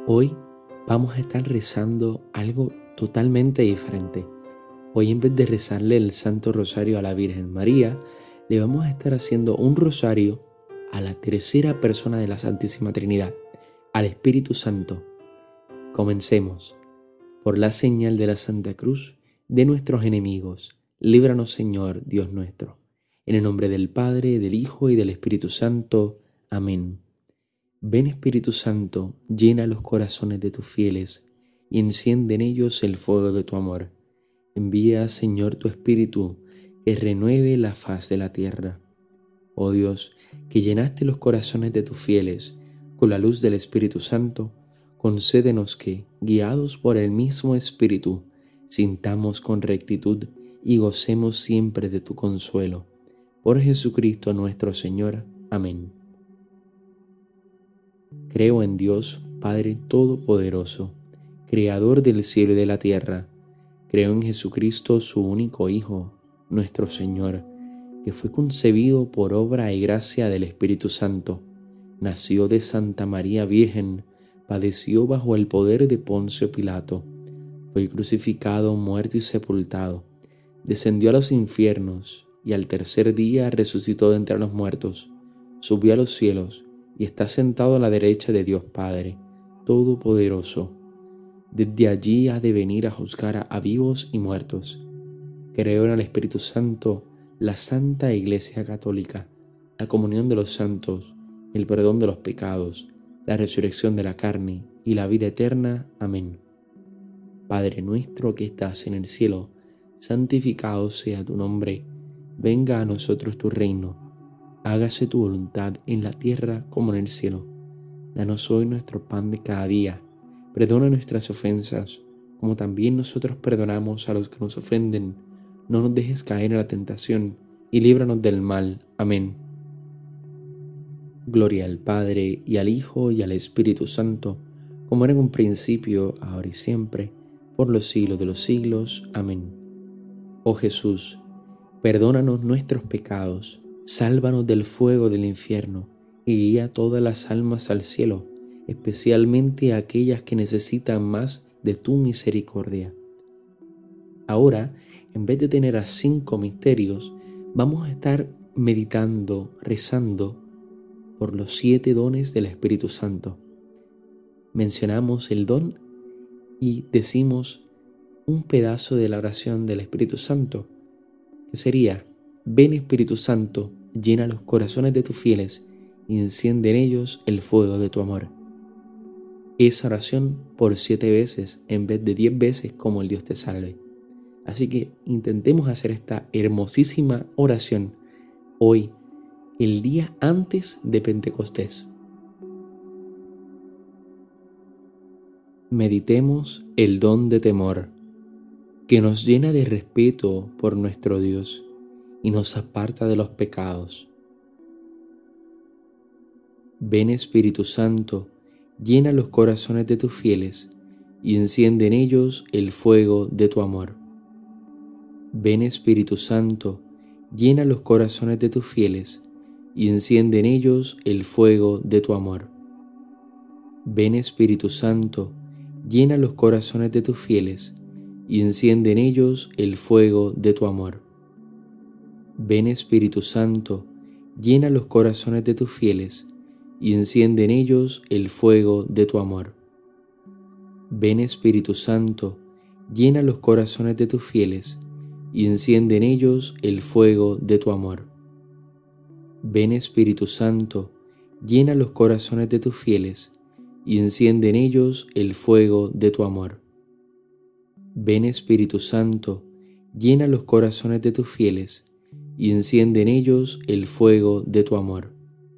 Hoy vamos a estar rezando algo totalmente diferente. Hoy, en vez de rezarle el Santo Rosario a la Virgen María, le vamos a estar haciendo un rosario a la tercera persona de la Santísima Trinidad, al Espíritu Santo. Comencemos. Por la señal de la Santa Cruz de nuestros enemigos, líbranos, Señor, Dios nuestro. En el nombre del Padre, del Hijo y del Espíritu Santo. Amén. Ven, Espíritu Santo, llena los corazones de tus fieles y enciende en ellos el fuego de tu amor. Envía, Señor, tu Espíritu, que renueve la faz de la tierra. Oh Dios, que llenaste los corazones de tus fieles con la luz del Espíritu Santo, concédenos que, guiados por el mismo Espíritu, sintamos con rectitud y gocemos siempre de tu consuelo. Por Jesucristo nuestro Señor. Amén. Creo en Dios, Padre Todopoderoso, Creador del cielo y de la tierra. Creo en Jesucristo, su único Hijo, nuestro Señor, que fue concebido por obra y gracia del Espíritu Santo. Nació de Santa María Virgen, padeció bajo el poder de Poncio Pilato, fue crucificado, muerto y sepultado, descendió a los infiernos y al tercer día resucitó de entre los muertos, subió a los cielos y está sentado a la derecha de Dios Padre Todopoderoso. Desde allí ha de venir a juzgar a vivos y muertos. Creo en el Espíritu Santo, la Santa Iglesia Católica, la comunión de los santos, el perdón de los pecados, la resurrección de la carne y la vida eterna. Amén. Padre nuestro que estás en el cielo, santificado sea tu nombre. Venga a nosotros tu reino. Hágase tu voluntad en la tierra como en el cielo. Danos hoy nuestro pan de cada día. Perdona nuestras ofensas, como también nosotros perdonamos a los que nos ofenden. No nos dejes caer en la tentación, y líbranos del mal. Amén. Gloria al Padre, y al Hijo, y al Espíritu Santo, como era en un principio, ahora y siempre, por los siglos de los siglos. Amén. Oh Jesús, perdónanos nuestros pecados, sálvanos del fuego del infierno, y guía todas las almas al cielo, especialmente a aquellas que necesitan más de tu misericordia. Ahora, en vez de tener a 5 misterios, vamos a estar meditando, rezando por los 7 dones del Espíritu Santo. Mencionamos el don y decimos un pedazo de la oración del Espíritu Santo, que sería: ven, Espíritu Santo, llena los corazones de tus fieles y enciende en ellos el fuego de tu amor. Esa oración por 7 veces en vez de 10 veces como el Dios te salve. Así que intentemos hacer esta hermosísima oración hoy, el día antes de Pentecostés. Meditemos el don de temor, que nos llena de respeto por nuestro Dios y nos aparta de los pecados. Ven, Espíritu Santo, llena los corazones de tus fieles y enciende en ellos el fuego de tu amor. Ven, Espíritu Santo, llena los corazones de tus fieles y enciende en ellos el fuego de tu amor. Ven, Espíritu Santo, llena los corazones de tus fieles y enciende en ellos el fuego de tu amor. Ven, Espíritu Santo, llena los corazones de tus fieles y enciende en ellos el fuego de tu amor. Ven, Espíritu Santo, llena los corazones de tus fieles y enciende en ellos el fuego de tu amor. Ven, Espíritu Santo, llena los corazones de tus fieles y enciende en ellos el fuego de tu amor. Ven, Espíritu Santo, llena los corazones de tus fieles y enciende en ellos el fuego de tu amor.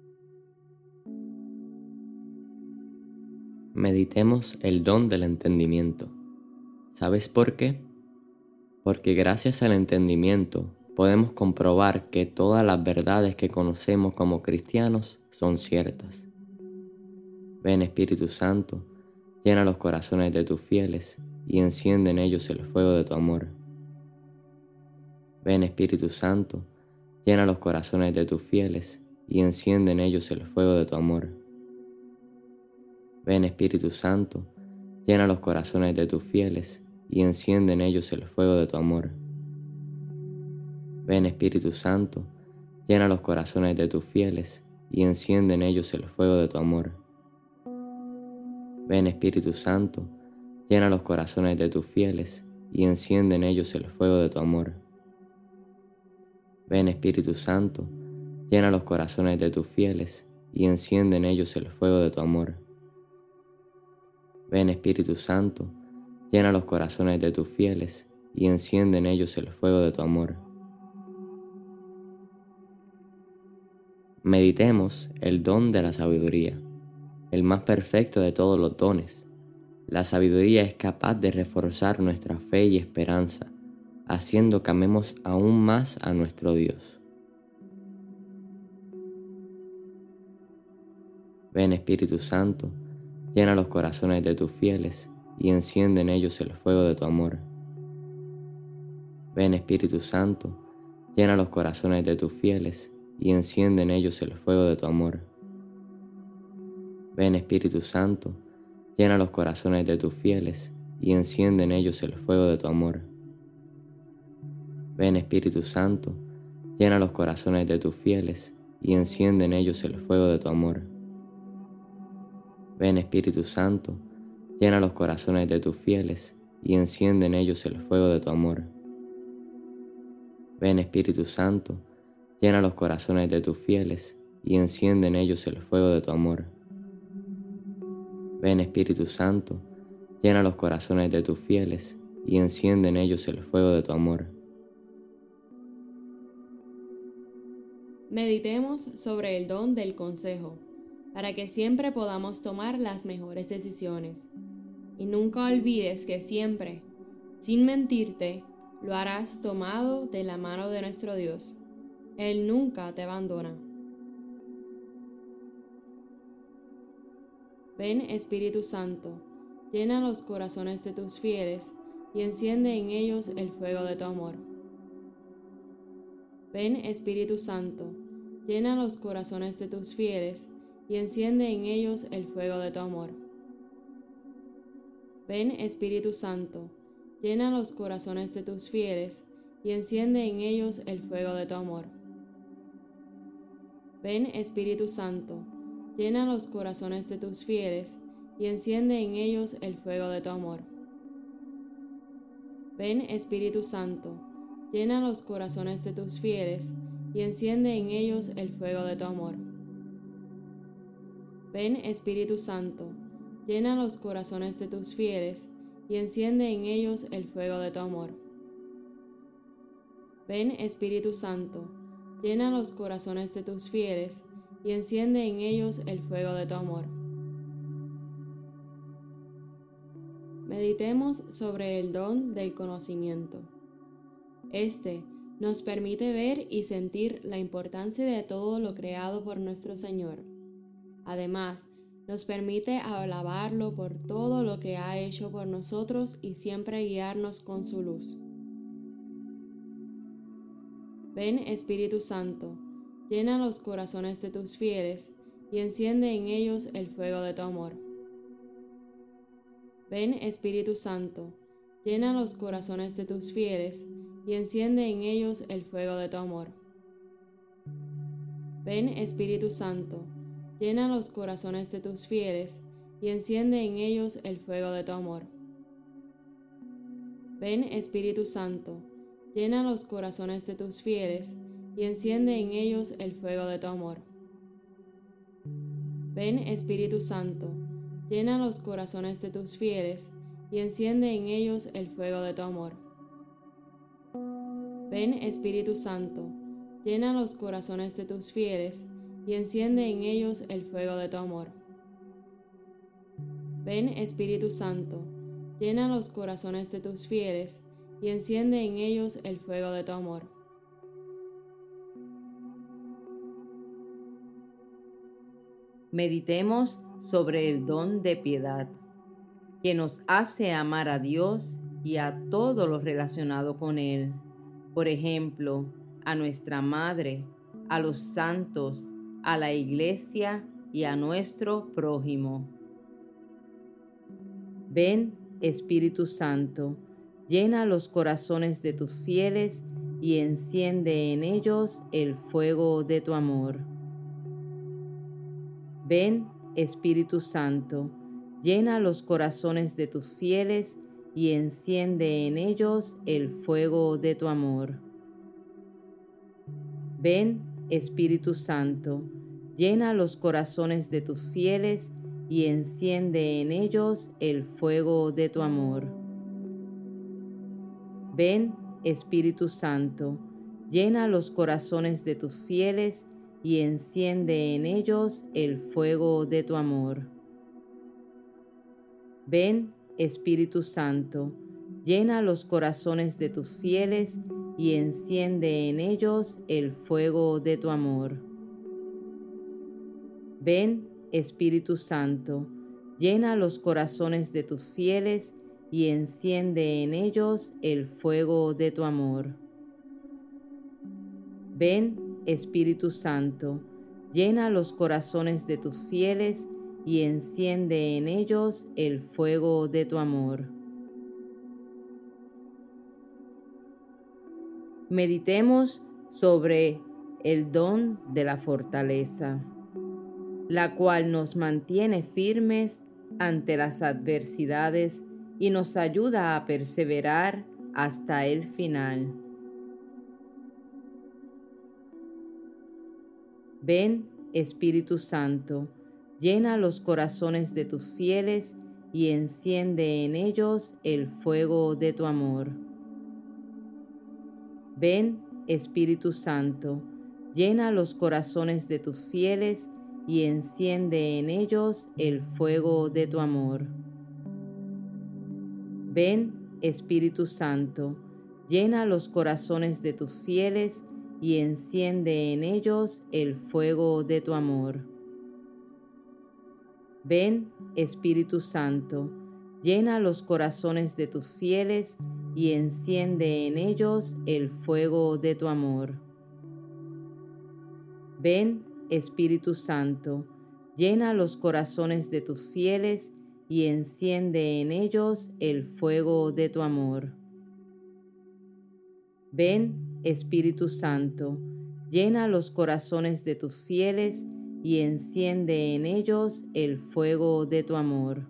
Meditemos el don del entendimiento. ¿Sabes por qué? Porque gracias al entendimiento podemos comprobar que todas las verdades que conocemos como cristianos son ciertas. Ven, Espíritu Santo, llena los corazones de tus fieles y enciende en ellos el fuego de tu amor. Ven, Espíritu Santo, llena los corazones de tus fieles y enciende en ellos el fuego de tu amor. Ven Espíritu Santo, llena los corazones de tus fieles y enciende en ellos el fuego de tu amor. Ven Espíritu Santo, llena los corazones de tus fieles y enciende en ellos el fuego de tu amor. Ven Espíritu Santo, llena los corazones de tus fieles y enciende en ellos el fuego de tu amor. Ven Espíritu Santo, llena los corazones de tus fieles y enciende en ellos el fuego de tu amor. Ven Espíritu Santo, llena los corazones de tus fieles y enciende en ellos el fuego de tu amor. Meditemos el don de la sabiduría, el más perfecto de todos los dones. La sabiduría es capaz de reforzar nuestra fe y esperanza, haciendo que amemos aún más a nuestro Dios. Ven Espíritu Santo, llena los corazones de tus fieles y enciende en ellos el fuego de tu amor. Ven Espíritu Santo, llena los corazones de tus fieles y enciende en ellos el fuego de tu amor. Ven Espíritu Santo, llena los corazones de tus fieles y enciende en ellos el fuego de tu amor. Ven Espíritu Santo, llena los corazones de tus fieles y enciende en ellos el fuego de tu amor. Ven Espíritu Santo, llena los corazones de tus fieles y enciende en ellos el fuego de tu amor. Ven Espíritu Santo, llena los corazones de tus fieles y enciende en ellos el fuego de tu amor. Ven Espíritu Santo, llena los corazones de tus fieles y enciende en ellos el fuego de tu amor. Meditemos sobre el don del consejo, para que siempre podamos tomar las mejores decisiones. Y nunca olvides que siempre, sin mentirte, lo harás tomado de la mano de nuestro Dios. Él nunca te abandona. Ven Espíritu Santo, llena los corazones de tus fieles y enciende en ellos el fuego de tu amor. Ven Espíritu Santo, llena los corazones de tus fieles y enciende en ellos el fuego de tu amor. Ven Espíritu Santo, llena los corazones de tus fieles y enciende en ellos el fuego de tu amor. Ven Espíritu Santo, llena los corazones de tus fieles y enciende en ellos el fuego de tu amor. Ven Espíritu Santo, llena los corazones de tus fieles y enciende en ellos el fuego de tu amor. Ven Espíritu Santo, llena los corazones de tus fieles y enciende en ellos el fuego de tu amor. Ven Espíritu Santo, llena los corazones de tus fieles y enciende en ellos el fuego de tu amor. Meditemos sobre el don del conocimiento. Este nos permite ver y sentir la importancia de todo lo creado por nuestro Señor. Además, nos permite alabarlo por todo lo que ha hecho por nosotros y siempre guiarnos con su luz. Ven Espíritu Santo, llena los corazones de tus fieles y enciende en ellos el fuego de tu amor. Ven Espíritu Santo, llena los corazones de tus fieles y enciende en ellos el fuego de tu amor. Ven Espíritu Santo, llena los corazones de tus fieles y enciende en ellos el fuego de tu amor. Ven Espíritu Santo, llena los corazones de tus fieles y enciende en ellos el fuego de tu amor. Ven Espíritu Santo, llena los corazones de tus fieles y enciende en ellos el fuego de tu amor. Ven Espíritu Santo, llena los corazones de tus fieles y enciende en ellos el fuego de tu amor. Ven Espíritu Santo, llena los corazones de tus fieles y enciende en ellos el fuego de tu amor. Meditemos sobre el don de piedad, que nos hace amar a Dios y a todo lo relacionado con Él. Por ejemplo, a nuestra Madre, a los santos, a la Iglesia y a nuestro prójimo. Ven, Espíritu Santo, llena los corazones de tus fieles y enciende en ellos el fuego de tu amor. Ven, Espíritu Santo, llena los corazones de tus fieles y enciende en ellos el fuego de tu amor. Ven, Espíritu Santo, llena los corazones de tus fieles y enciende en ellos el fuego de tu amor. Ven, Espíritu Santo, llena los corazones de tus fieles y enciende en ellos el fuego de tu amor. Ven, Espíritu Santo, llena los corazones de tus fieles y enciende en ellos el fuego de tu amor. Ven, Espíritu Santo, llena los corazones de tus fieles y enciende en ellos el fuego de tu amor. Ven, Espíritu Santo, llena los corazones de tus fieles y enciende en ellos el fuego de tu amor. Meditemos sobre el don de la fortaleza, la cual nos mantiene firmes ante las adversidades y nos ayuda a perseverar hasta el final. Ven, Espíritu Santo, llena los corazones de tus fieles y enciende en ellos el fuego de tu amor. Ven, Espíritu Santo, llena los corazones de tus fieles y enciende en ellos el fuego de tu amor. Ven, Espíritu Santo, llena los corazones de tus fieles y enciende en ellos el fuego de tu amor. Ven, Espíritu Santo, llena los corazones de tus fieles y enciende en ellos el fuego de tu amor. Ven, Espíritu Santo, llena los corazones de tus fieles y enciende en ellos el fuego de tu amor. Ven, Espíritu Santo, llena los corazones de tus fieles y enciende en ellos el fuego de tu amor.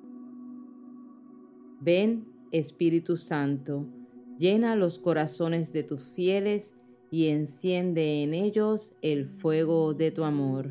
Ven, Espíritu Santo, llena los corazones de tus fieles y enciende en ellos el fuego de tu amor.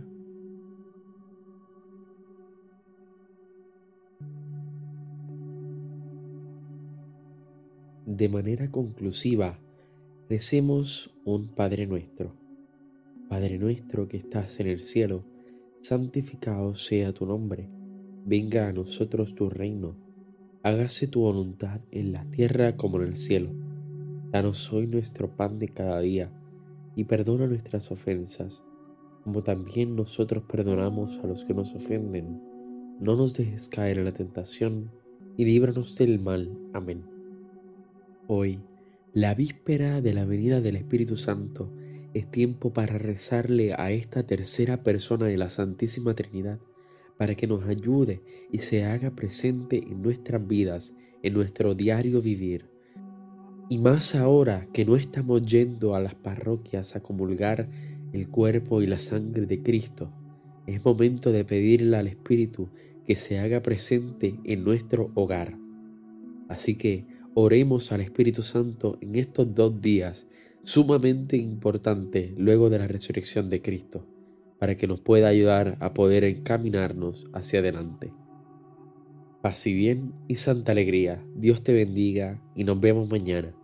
De manera conclusiva, recemos un Padre Nuestro. Padre nuestro que estás en el cielo, santificado sea tu nombre. Venga a nosotros tu reino. Hágase tu voluntad en la tierra como en el cielo. Danos hoy nuestro pan de cada día, y perdona nuestras ofensas, como también nosotros perdonamos a los que nos ofenden. No nos dejes caer en la tentación, y líbranos del mal. Amén. Hoy, la víspera de la venida del Espíritu Santo, es tiempo para rezarle a esta tercera persona de la Santísima Trinidad, para que nos ayude y se haga presente en nuestras vidas, en nuestro diario vivir. Y más ahora que no estamos yendo a las parroquias a comulgar el cuerpo y la sangre de Cristo, es momento de pedirle al Espíritu que se haga presente en nuestro hogar. Así que oremos al Espíritu Santo en estos 2 días sumamente importantes luego de la resurrección de Cristo, para que nos pueda ayudar a poder encaminarnos hacia adelante. Paz y bien y santa alegría. Dios te bendiga y nos vemos mañana.